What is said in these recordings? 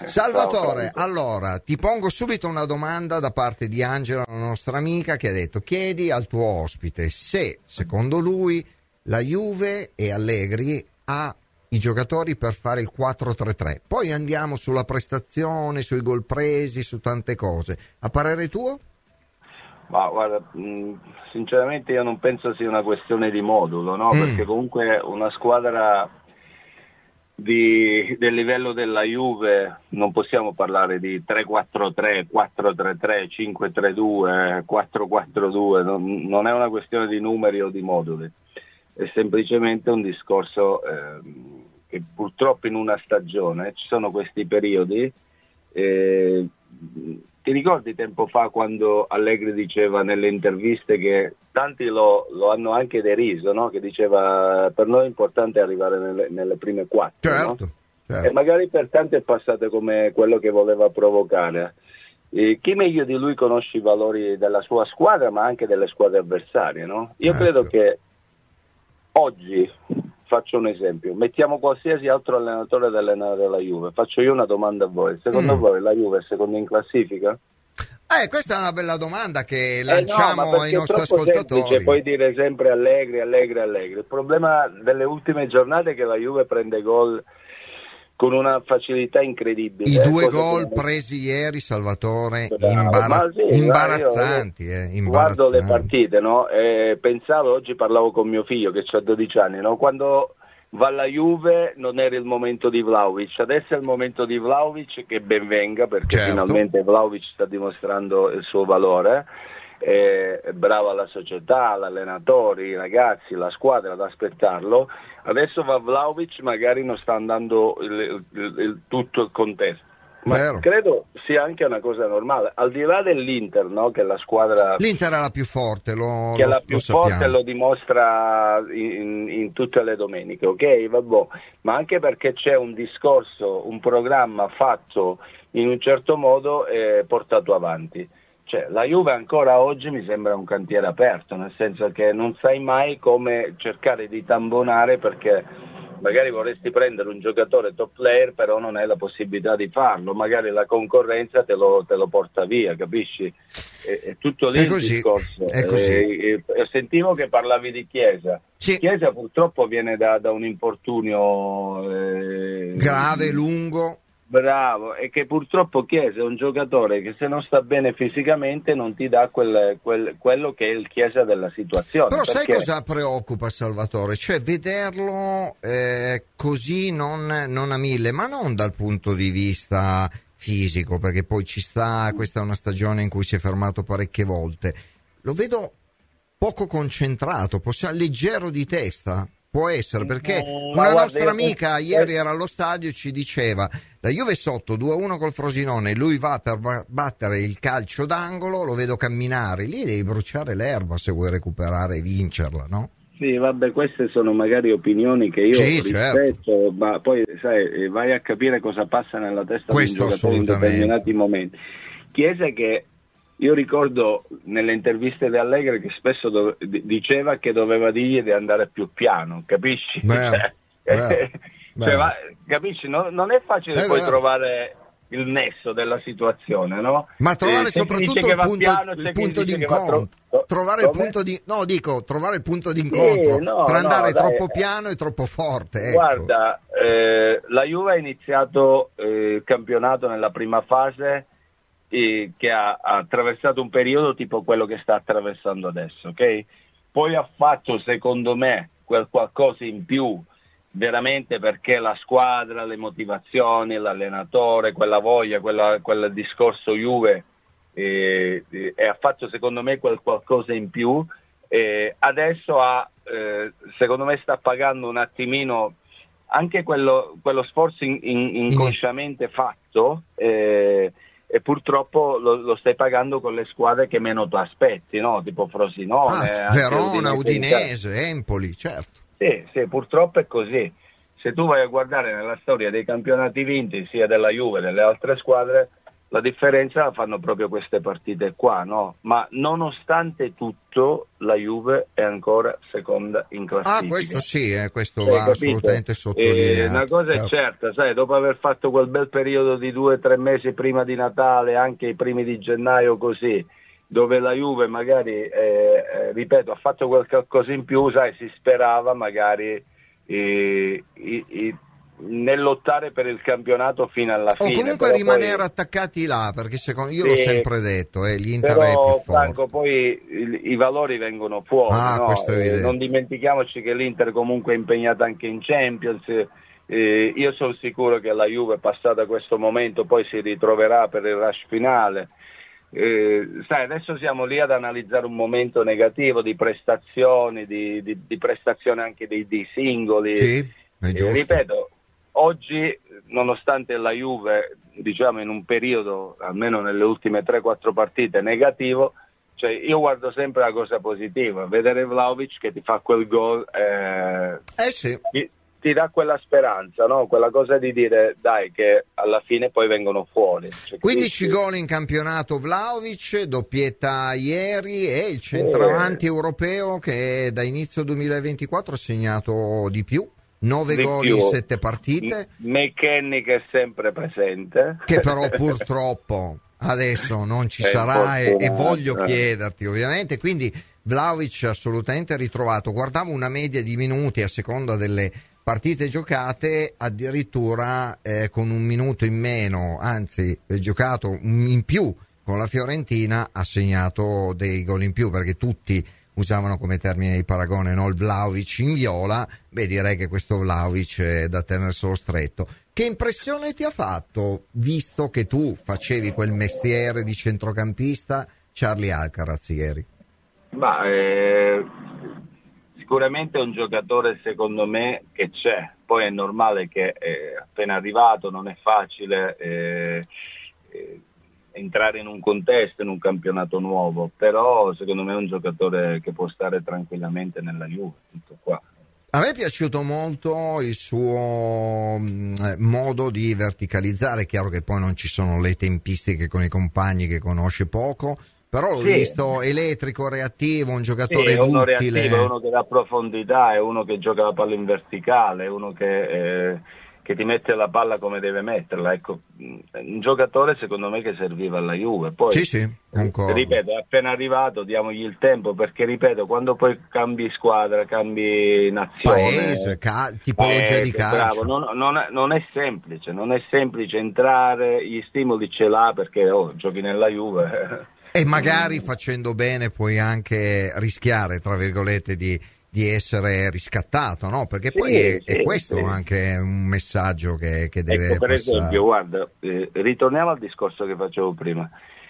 Salvatore, allora ti pongo subito una domanda da parte di Angela, la nostra amica, che ha detto: chiedi al tuo ospite se secondo lui la Juve e Allegri ha i giocatori per fare il 4-3-3. Poi andiamo sulla prestazione, sui gol presi, su tante cose. A parere tuo? Ma guarda, sinceramente io non penso sia una questione di modulo, no? Perché comunque una squadra del livello della Juve non possiamo parlare di 3-4-3, 4-3-3, 5-3-2, 4-4-2, non è una questione di numeri o di moduli, è semplicemente un discorso che purtroppo in una stagione ci sono questi periodi. Ti ricordi tempo fa quando Allegri diceva nelle interviste, che tanti lo hanno anche deriso, no? Che diceva: per noi è importante arrivare nelle prime 4, certo, no? certo. E magari per tanti è passato come quello che voleva provocare. Chi meglio di lui conosce i valori della sua squadra, ma anche delle squadre avversarie, no? Io credo che oggi, faccio un esempio, mettiamo qualsiasi altro allenatore ad allenare la Juve, faccio io una domanda a voi: secondo voi la Juve è seconda in classifica? Questa è una bella domanda che lanciamo no, ai nostri è troppo ascoltatori. semplice poi dire sempre Allegri. Il problema delle ultime giornate è che la Juve prende gol con una facilità incredibile. I 2 gol presi ieri, Salvatore, imbarazzanti. Guardo le partite, no? Oggi parlavo con mio figlio che ha 12 anni, no? Quando va alla Juve non era il momento di Vlahovic, adesso è il momento di Vlahovic, che ben venga, perché finalmente Vlahovic sta dimostrando il suo valore. È brava la società, l'allenatore, i ragazzi, la squadra ad aspettarlo. Adesso va Vlahovic, magari non sta andando tutto il contesto, ma credo sia anche una cosa normale, al di là dell'Inter, no? Che la squadra, l'Inter è la più forte, forte, lo dimostra in tutte le domeniche, ok? Vabbè. Ma anche perché c'è un discorso, un programma fatto in un certo modo e portato avanti. Cioè, la Juve ancora oggi mi sembra un cantiere aperto, nel senso che non sai mai come cercare di tambonare, perché magari vorresti prendere un giocatore top player, però non hai la possibilità di farlo, magari la concorrenza te lo porta via, capisci? È tutto lì il discorso. È così. Sentivo che parlavi di Chiesa. Sì. Chiesa purtroppo viene da un infortunio grave, lungo. Bravo, e che purtroppo Chiesa è un giocatore che se non sta bene fisicamente non ti dà quello che è il Chiesa della situazione. Però sai cosa preoccupa, Salvatore? Cioè vederlo così non a 1000, ma non dal punto di vista fisico, perché poi ci sta, questa è una stagione in cui si è fermato parecchie volte. Lo vedo poco concentrato, leggero di testa. Può essere, perché una nostra amica ieri era allo stadio e ci diceva: la Juve è sotto 2-1 col Frosinone, lui va per battere il calcio d'angolo, lo vedo camminare, lì devi bruciare l'erba se vuoi recuperare e vincerla, no? Sì, vabbè, queste sono magari opinioni che io rispetto, ma poi sai, vai a capire cosa passa nella testa di un giocatore in determinati momenti. Chiesa che io ricordo nelle interviste di Allegri che spesso diceva che doveva dirgli di andare più piano, capisci? Capisci? Non è facile poi trovare il nesso della situazione, no? Ma trovare soprattutto il punto di incontro. Trovare il punto di incontro tra andare troppo piano e troppo forte. Ecco. Guarda, la Juve ha iniziato il campionato nella prima fase che ha attraversato un periodo tipo quello che sta attraversando adesso, ok? Poi ha fatto, secondo me, quel qualcosa in più, veramente, perché la squadra, le motivazioni, l'allenatore, quella voglia, quel discorso Juve, e ha fatto, secondo me, quel qualcosa in più. Adesso secondo me sta pagando un attimino anche quello sforzo inconsciamente fatto, e purtroppo lo stai pagando con le squadre che meno tu aspetti, no? Tipo Frosinone, Verona, Udinese, Empoli, certo. Sì, purtroppo è così. Se tu vai a guardare nella storia dei campionati vinti, sia della Juve che delle altre squadre, La differenza la fanno proprio queste partite qua, no? Ma nonostante tutto la Juve è ancora seconda in classifica. Questo sì, questo va assolutamente sottolineato. Una cosa è certa, sai, dopo aver fatto quel bel periodo di 2 o 3 mesi prima di Natale, anche i primi di gennaio così, dove la Juve magari, ripeto, ha fatto qualcosa in più, sai, si sperava magari nel lottare per il campionato fino alla fine. O comunque però rimanere poi, attaccati là, perché secondo io l'ho sempre detto, l'Inter però, è più forte. Franco, poi i valori vengono fuori, no? Questo è evidente. Non dimentichiamoci che l'Inter comunque è impegnata anche in Champions. Io sono sicuro che la Juve, passata questo momento, poi si ritroverà per il rush finale. Sai, adesso siamo lì ad analizzare un momento negativo di prestazioni, di prestazione anche di singoli. Sì, è giusto. Ripeto, oggi, nonostante la Juve, diciamo, in un periodo, almeno nelle ultime 3-4 partite, negativo, cioè io guardo sempre la cosa positiva, vedere Vlahovic che ti fa quel gol, sì. ti dà quella speranza, no? Quella cosa di dire, dai, che alla fine poi vengono fuori. Cioè, 15 gol in campionato Vlahovic, doppietta ieri, e il centravanti europeo che da inizio 2024 ha segnato di più. 9 gol in 7 partite. McKennie che è sempre presente. Che però purtroppo adesso non ci sarà e voglio chiederti ovviamente. Quindi Vlahovic assolutamente ritrovato. Guardavo una media di minuti a seconda delle partite giocate, addirittura con un minuto in meno, anzi giocato in più con la Fiorentina, ha segnato dei gol in più, perché tutti usavano come termine di paragone, no, il Vlahovic in viola. Direi che questo Vlahovic è da tenerselo stretto. Che impressione ti ha fatto, visto che tu facevi quel mestiere di centrocampista, Charlie Alcaraz ieri? Sicuramente è un giocatore, secondo me, che c'è. Poi è normale che appena arrivato non è facile entrare in un contesto, in un campionato nuovo, però secondo me è un giocatore che può stare tranquillamente nella Juve, tutto qua. A me è piaciuto molto il suo modo di verticalizzare. È chiaro che poi non ci sono le tempistiche con i compagni, che conosce poco, però l'ho visto elettrico, reattivo, un giocatore duttile. Reattivo, è uno che dà profondità, è uno che gioca la palla in verticale, è uno che ti mette la palla come deve metterla. Ecco, un giocatore secondo me che serviva alla Juve. Poi, sì, concordo. Ripeto, è appena arrivato, diamogli il tempo, perché ripeto, quando poi cambi squadra, cambi nazione, paese, tipologia di calcio, bravo, non è semplice entrare, gli stimoli ce l'ha perché giochi nella Juve. E magari facendo bene puoi anche rischiare, tra virgolette, di essere riscattato, no? Perché poi è questo anche un messaggio che deve per passare. esempio, guarda, ritorniamo al discorso che facevo prima.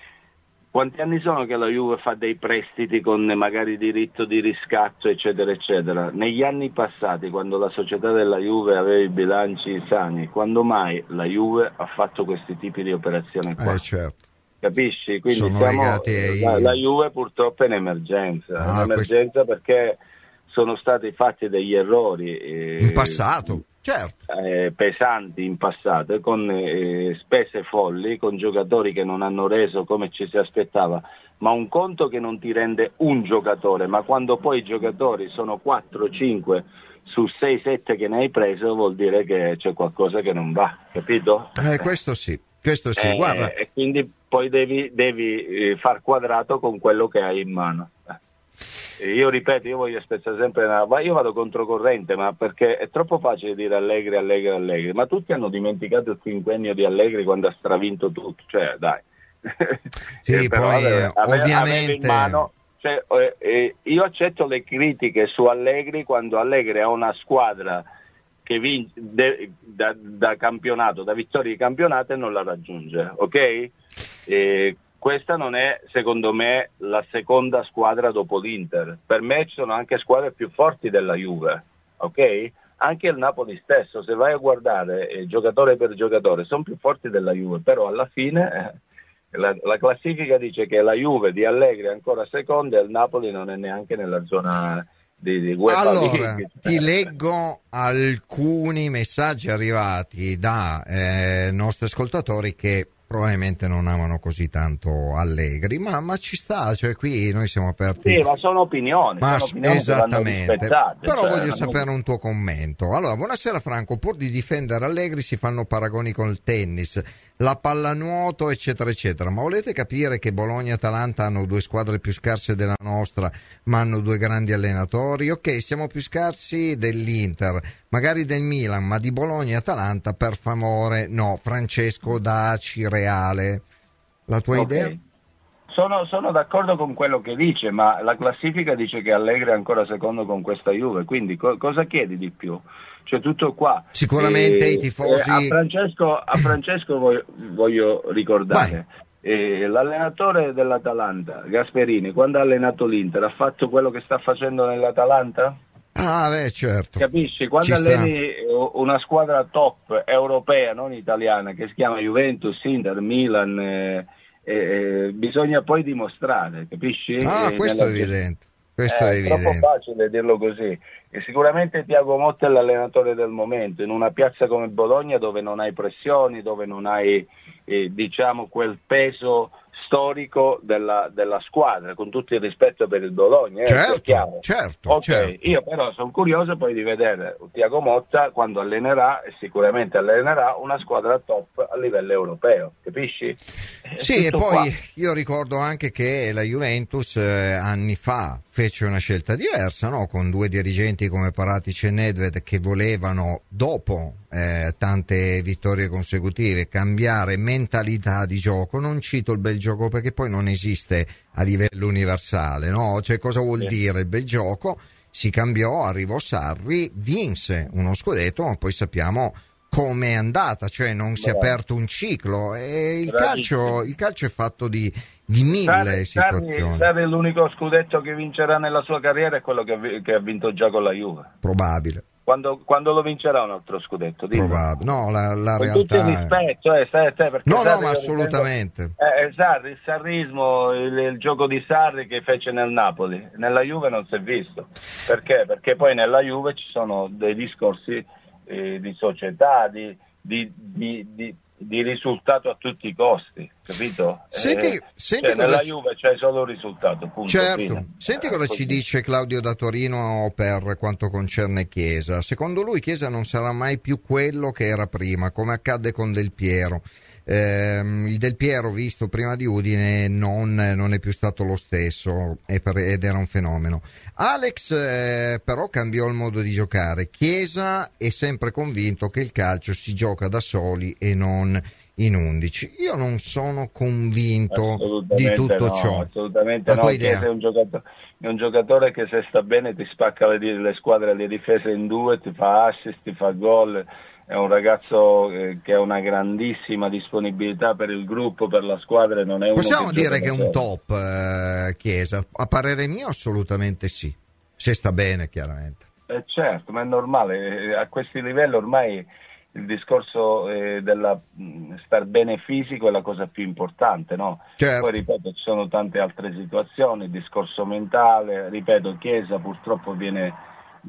Quanti anni sono che la Juve fa dei prestiti con magari diritto di riscatto, eccetera, eccetera? Negli anni passati, quando la società della Juve aveva i bilanci sani, quando mai la Juve ha fatto questi tipi di operazioni qua? Certo. Capisci? Quindi sono legati la Juve purtroppo è in emergenza, perché sono stati fatti degli errori in passato, certo, pesanti in passato, con spese folli, con giocatori che non hanno reso come ci si aspettava. Ma un conto che non ti rende un giocatore, ma quando poi i giocatori sono 4-5 su 6-7 che ne hai preso, vuol dire che c'è qualcosa che non va, capito? Questo sì, guarda. E quindi poi devi far quadrato con quello che hai in mano. Io ripeto, io voglio spezzare sempre io vado controcorrente, ma perché è troppo facile dire Allegri, ma tutti hanno dimenticato il quinquennio di Allegri quando ha stravinto tutto, cioè dai. Sì, poi ovviamente in mano, cioè, io accetto le critiche su Allegri quando Allegri ha una squadra che vince da campionato, da vittorie di campionato, e non la raggiunge, ok? Questa non è, secondo me, la seconda squadra dopo l'Inter. Per me ci sono anche squadre più forti della Juve, ok? Anche il Napoli stesso, se vai a guardare giocatore per giocatore, sono più forti della Juve, però alla fine la classifica dice che la Juve di Allegri è ancora seconda e il Napoli non è neanche nella zona di UEFA. Allora, ti leggo alcuni messaggi arrivati da nostri ascoltatori che probabilmente non amano così tanto Allegri, ma ci sta, cioè qui noi siamo aperti. Sì, ma sono opinioni, Esattamente, però cioè, voglio sapere un tuo commento. Allora, buonasera Franco, pur di difendere Allegri si fanno paragoni col tennis, la pallanuoto, eccetera, eccetera, ma volete capire che Bologna e Atalanta hanno due squadre più scarse della nostra, ma hanno due grandi allenatori? Ok, siamo più scarsi dell'Inter, magari del Milan, ma di Bologna e Atalanta, per favore, no. Francesco da Cireale, la tua idea? Sono d'accordo con quello che dice, ma la classifica dice che Allegri è ancora secondo con questa Juve, quindi cosa chiedi di più? Cioè tutto qua. Sicuramente i tifosi. A Francesco voglio ricordare, l'allenatore dell'Atalanta, Gasperini, quando ha allenato l'Inter, ha fatto quello che sta facendo nell'Atalanta? Ah, beh, certo. Capisci? Quando alleni una squadra top europea, non italiana, che si chiama Juventus, Inter, Milan, bisogna poi dimostrare, capisci? Questo è evidente. Questo è evidente. Troppo facile dirlo così. E sicuramente Thiago Motta è l'allenatore del momento, in una piazza come Bologna dove non hai pressioni, dove non hai diciamo quel peso storico della squadra, con tutto il rispetto per il Bologna. Certo. Io però sono curioso poi di vedere Thiago Motta quando allenerà, e sicuramente allenerà una squadra top a livello europeo, capisci? Sì, e poi io ricordo anche che la Juventus anni fa fece una scelta diversa, no? Con due dirigenti come Paratici e Nedved che volevano, dopo tante vittorie consecutive, cambiare mentalità di gioco. Non cito il bel gioco perché poi non esiste a livello universale, no? Cioè, cosa vuol dire il bel gioco? Si cambiò, arrivò Sarri, vinse uno scudetto, ma poi sappiamo come è andata, cioè non si è aperto un ciclo, e il calcio è fatto di mille situazioni. Sarri l'unico scudetto che vincerà nella sua carriera è quello che ha vinto già con la Juve. Probabile. Quando lo vincerà un altro scudetto? Probabile. No, la con realtà. Tutto il rispetto, perché no, Sarri, ma assolutamente. Sarri, il sarrismo, il gioco di Sarri che fece nel Napoli, nella Juve non si è visto. Perché? Perché poi nella Juve ci sono dei discorsi di società, di risultato a tutti i costi, capito? Senti nella Juve c'è solo il risultato, punto. Certo. Fine. Senti cosa ci dice Claudio da Torino per quanto concerne Chiesa. Secondo lui Chiesa non sarà mai più quello che era prima, come accadde con Del Piero. Il Del Piero, visto prima di Udine, non è più stato lo stesso ed era un fenomeno. Alex però cambiò il modo di giocare. Chiesa è sempre convinto che il calcio si gioca da soli e non in 11. Io non sono convinto di tutto ciò. Assolutamente no. Chiesa è un giocatore che se sta bene ti spacca le squadre, le difese in due, ti fa assist, ti fa gol. È un ragazzo che ha una grandissima disponibilità per il gruppo, per la squadra. Non è uno Possiamo dire che è un top, Chiesa? A parere mio assolutamente sì, se sta bene chiaramente. Certo, ma è normale, a questi livelli ormai il discorso della star bene fisico è la cosa più importante, no? Certo. Poi ripeto, ci sono tante altre situazioni, il discorso mentale, ripeto, Chiesa purtroppo viene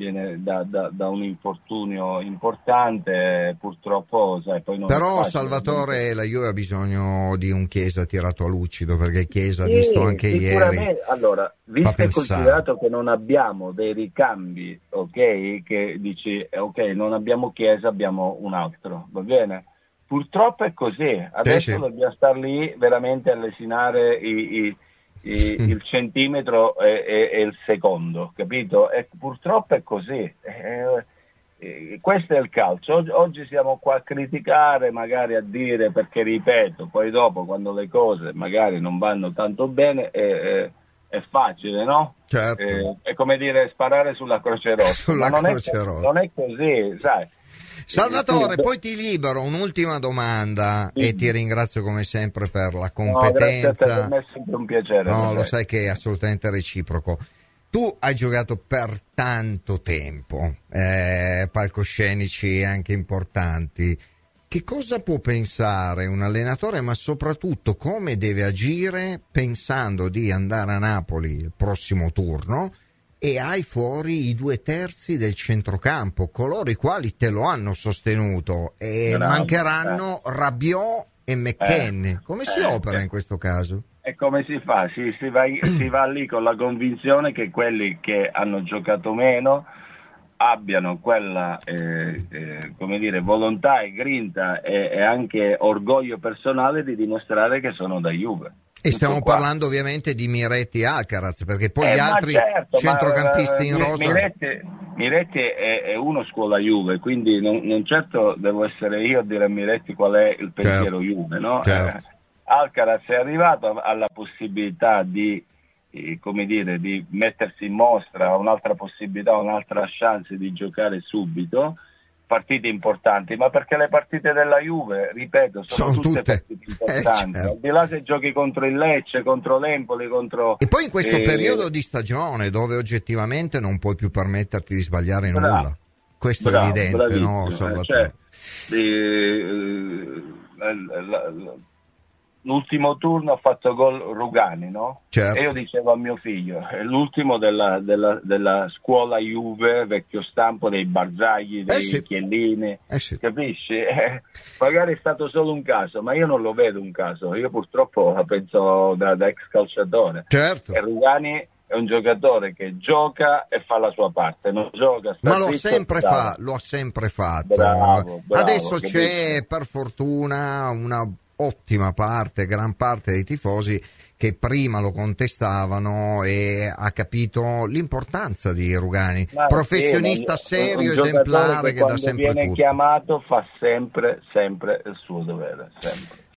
da un infortunio importante, purtroppo sai, poi non però facile, Salvatore, la Juve ha bisogno di un Chiesa tirato a lucido, perché Chiesa ha visto anche ieri. Allora, visto e considerato che non abbiamo dei ricambi, ok, che dici ok, non abbiamo Chiesa, abbiamo un altro, va bene? Purtroppo è così, adesso dobbiamo star lì veramente a lesinare il centimetro e il secondo, capito? E purtroppo è così. Questo è il calcio. Oggi siamo qua a criticare, magari a dire, perché ripeto, poi dopo quando le cose magari non vanno tanto bene è facile, no? Certo. È come dire sparare sulla Croce Rossa. Ma non è così, sai. Salvatore, poi ti libero un'ultima domanda e ti ringrazio come sempre per la competenza. No, grazie a te, per me è sempre un piacere. No, lo sai che è assolutamente reciproco. Tu hai giocato per tanto tempo, palcoscenici anche importanti. Che cosa può pensare un allenatore, ma soprattutto come deve agire pensando di andare a Napoli il prossimo turno e hai fuori i 2/3 del centrocampo, coloro i quali te lo hanno sostenuto, e mancheranno Rabiot e McKennie. Come si opera in questo caso? E come si fa? Si va lì con la convinzione che quelli che hanno giocato meno abbiano quella come dire, volontà e grinta e anche orgoglio personale di dimostrare che sono da Juve. E stiamo parlando ovviamente di Miretti e Alcaraz, perché poi gli altri certo, centrocampisti in rosa... Miretti è uno scuola Juve, quindi non certo devo essere io a dire a Miretti qual è il pensiero Juve, no? Certo. Alcaraz è arrivato alla possibilità di come dire, di mettersi in mostra, un'altra possibilità, un'altra chance di giocare subito partite importanti, ma perché le partite della Juve, ripeto, sono tutte partite importanti, certo. Al di là se giochi contro il Lecce, contro l'Empoli, contro... E poi in questo periodo di stagione dove oggettivamente non puoi più permetterti di sbagliare nulla, questo è evidente, no, Salvatore? L'ultimo turno ha fatto gol Rugani, no? Certo. E io dicevo a mio figlio, è l'ultimo della scuola Juve, vecchio stampo dei Barzagli, dei Chiellini, capisci? Magari è stato solo un caso, ma io non lo vedo un caso, io purtroppo la penso da ex calciatore. Certo. E Rugani è un giocatore che gioca e fa la sua parte, non gioca, ma lo ha sempre fatto. Bravo, adesso c'è per fortuna una ottima parte, gran parte dei tifosi che prima lo contestavano e ha capito l'importanza di Rugani, professionista serio, esemplare, che dà sempre tutto. Viene chiamato fa sempre il suo dovere, sempre.